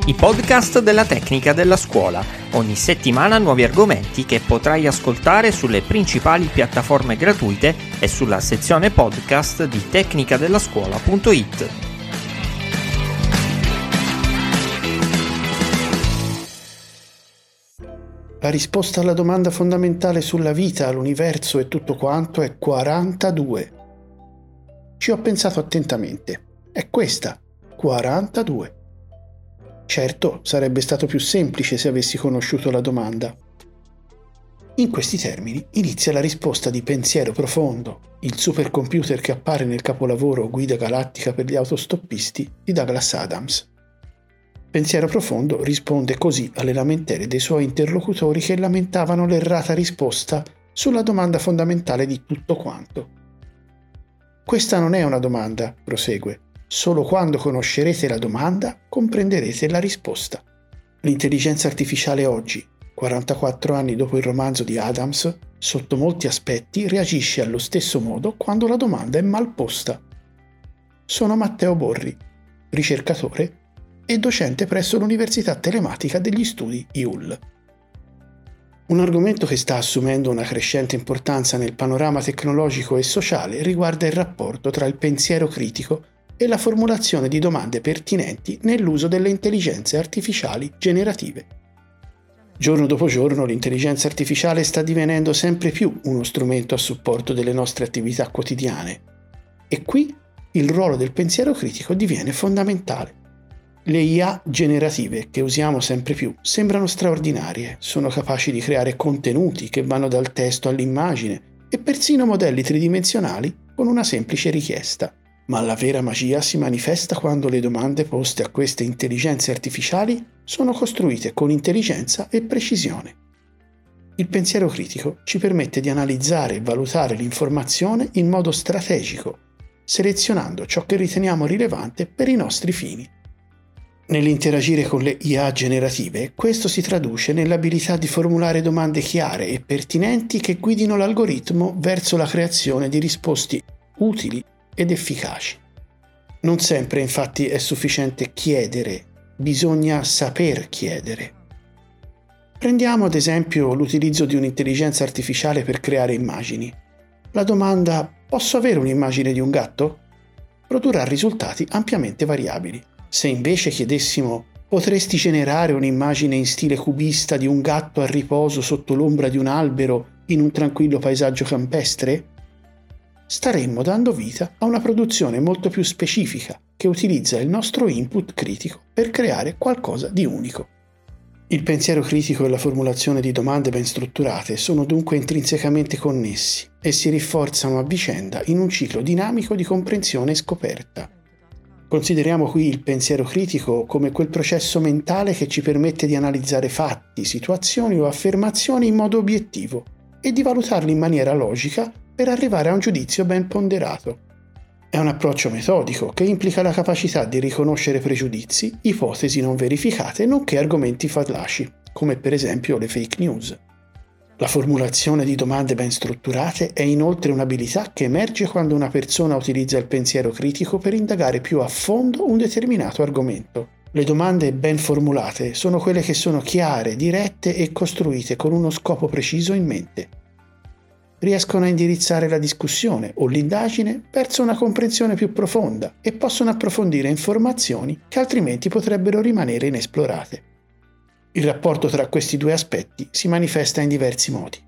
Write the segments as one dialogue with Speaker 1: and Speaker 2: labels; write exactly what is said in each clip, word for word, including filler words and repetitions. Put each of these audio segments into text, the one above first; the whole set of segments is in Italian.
Speaker 1: i podcast della Tecnica della Scuola. Ogni settimana nuovi argomenti che potrai ascoltare sulle principali piattaforme gratuite e sulla sezione podcast di tecnicadellascuola punto it.
Speaker 2: La risposta alla domanda fondamentale sulla vita, l'universo e tutto quanto è quarantadue. Ci ho pensato attentamente. È questa, quarantadue. Certo, sarebbe stato più semplice se avessi conosciuto la domanda. In questi termini inizia la risposta di Pensiero Profondo, il supercomputer che appare nel capolavoro Guida galattica per gli autostoppisti di Douglas Adams. Pensiero Profondo risponde così alle lamentele dei suoi interlocutori che lamentavano l'errata risposta sulla domanda fondamentale di tutto quanto. Questa non è una domanda, prosegue. Solo quando conoscerete la domanda comprenderete la risposta. L'intelligenza artificiale oggi, quarantaquattro anni dopo il romanzo di Adams, sotto molti aspetti reagisce allo stesso modo quando la domanda è mal posta. Sono Matteo Borri, ricercatore e docente presso l'Università Telematica degli Studi I U L. Un argomento che sta assumendo una crescente importanza nel panorama tecnologico e sociale riguarda il rapporto tra il pensiero critico e la formulazione di domande pertinenti nell'uso delle intelligenze artificiali generative. Giorno dopo giorno l'intelligenza artificiale sta divenendo sempre più uno strumento a supporto delle nostre attività quotidiane e qui il ruolo del pensiero critico diviene fondamentale. Le I A generative che usiamo sempre più sembrano straordinarie, sono capaci di creare contenuti che vanno dal testo all'immagine e persino modelli tridimensionali con una semplice richiesta. Ma la vera magia si manifesta quando le domande poste a queste intelligenze artificiali sono costruite con intelligenza e precisione. Il pensiero critico ci permette di analizzare e valutare l'informazione in modo strategico, selezionando ciò che riteniamo rilevante per i nostri fini. Nell'interagire con le I A generative, questo si traduce nell'abilità di formulare domande chiare e pertinenti che guidino l'algoritmo verso la creazione di risposte utili ed efficaci. Non sempre, infatti, è sufficiente chiedere, bisogna saper chiedere. Prendiamo ad esempio l'utilizzo di un'intelligenza artificiale per creare immagini. La domanda «Posso avere un'immagine di un gatto?» produrrà risultati ampiamente variabili. Se invece chiedessimo «Potresti generare un'immagine in stile cubista di un gatto a riposo sotto l'ombra di un albero in un tranquillo paesaggio campestre?» staremmo dando vita a una produzione molto più specifica che utilizza il nostro input critico per creare qualcosa di unico. Il pensiero critico e la formulazione di domande ben strutturate sono dunque intrinsecamente connessi e si rinforzano a vicenda in un ciclo dinamico di comprensione e scoperta. Consideriamo qui il pensiero critico come quel processo mentale che ci permette di analizzare fatti, situazioni o affermazioni in modo obiettivo e di valutarli in maniera logica per arrivare a un giudizio ben ponderato. È un approccio metodico che implica la capacità di riconoscere pregiudizi, ipotesi non verificate, nonché argomenti fallaci, come per esempio le fake news. La formulazione di domande ben strutturate è inoltre un'abilità che emerge quando una persona utilizza il pensiero critico per indagare più a fondo un determinato argomento. Le domande ben formulate sono quelle che sono chiare, dirette e costruite con uno scopo preciso in mente. Riescono a indirizzare la discussione o l'indagine verso una comprensione più profonda e possono approfondire informazioni che altrimenti potrebbero rimanere inesplorate. Il rapporto tra questi due aspetti si manifesta in diversi modi.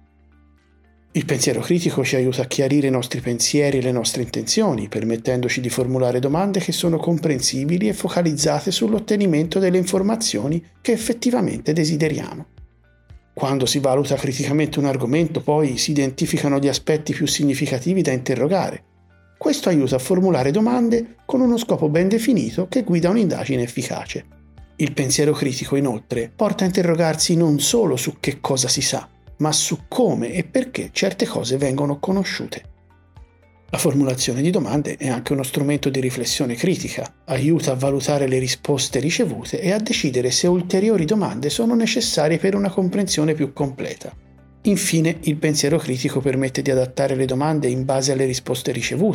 Speaker 2: Il pensiero critico ci aiuta a chiarire i nostri pensieri e le nostre intenzioni, permettendoci di formulare domande che sono comprensibili e focalizzate sull'ottenimento delle informazioni che effettivamente desideriamo. Quando si valuta criticamente un argomento, poi si identificano gli aspetti più significativi da interrogare. Questo aiuta a formulare domande con uno scopo ben definito che guida un'indagine efficace. Il pensiero critico, inoltre, porta a interrogarsi non solo su che cosa si sa, ma su come e perché certe cose vengono conosciute. La formulazione di domande è anche uno strumento di riflessione critica, aiuta a valutare le risposte ricevute e a decidere se ulteriori domande sono necessarie per una comprensione più completa. Infine, il pensiero critico permette di adattare le domande in base alle risposte ricevute,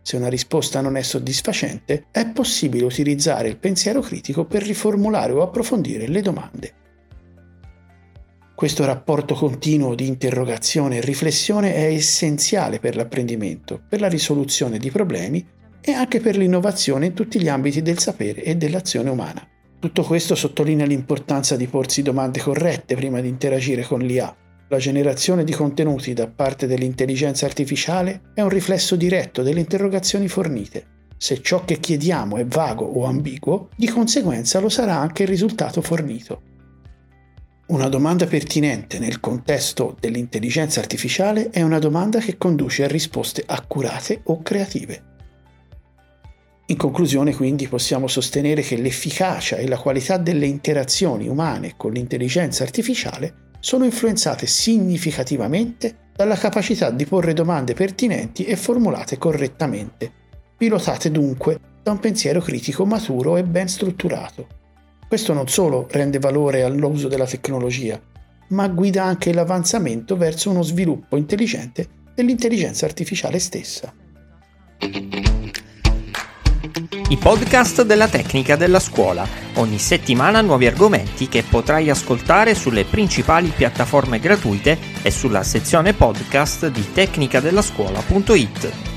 Speaker 2: Se una risposta non è soddisfacente, è possibile utilizzare il pensiero critico per riformulare o approfondire le domande. Questo rapporto continuo di interrogazione e riflessione è essenziale per l'apprendimento, per la risoluzione di problemi e anche per l'innovazione in tutti gli ambiti del sapere e dell'azione umana. Tutto questo sottolinea l'importanza di porsi domande corrette prima di interagire con l'I A. La generazione di contenuti da parte dell'intelligenza artificiale è un riflesso diretto delle interrogazioni fornite. Se ciò che chiediamo è vago o ambiguo, di conseguenza lo sarà anche il risultato fornito. Una domanda pertinente nel contesto dell'intelligenza artificiale è una domanda che conduce a risposte accurate o creative. In conclusione, quindi, possiamo sostenere che l'efficacia e la qualità delle interazioni umane con l'intelligenza artificiale sono influenzate significativamente dalla capacità di porre domande pertinenti e formulate correttamente, pilotate dunque da un pensiero critico maturo e ben strutturato. Questo non solo rende valore all'uso della tecnologia, ma guida anche l'avanzamento verso uno sviluppo intelligente dell'intelligenza artificiale stessa.
Speaker 1: I podcast della Tecnica della Scuola. Ogni settimana nuovi argomenti che potrai ascoltare sulle principali piattaforme gratuite e sulla sezione podcast di tecnica della scuola punto it.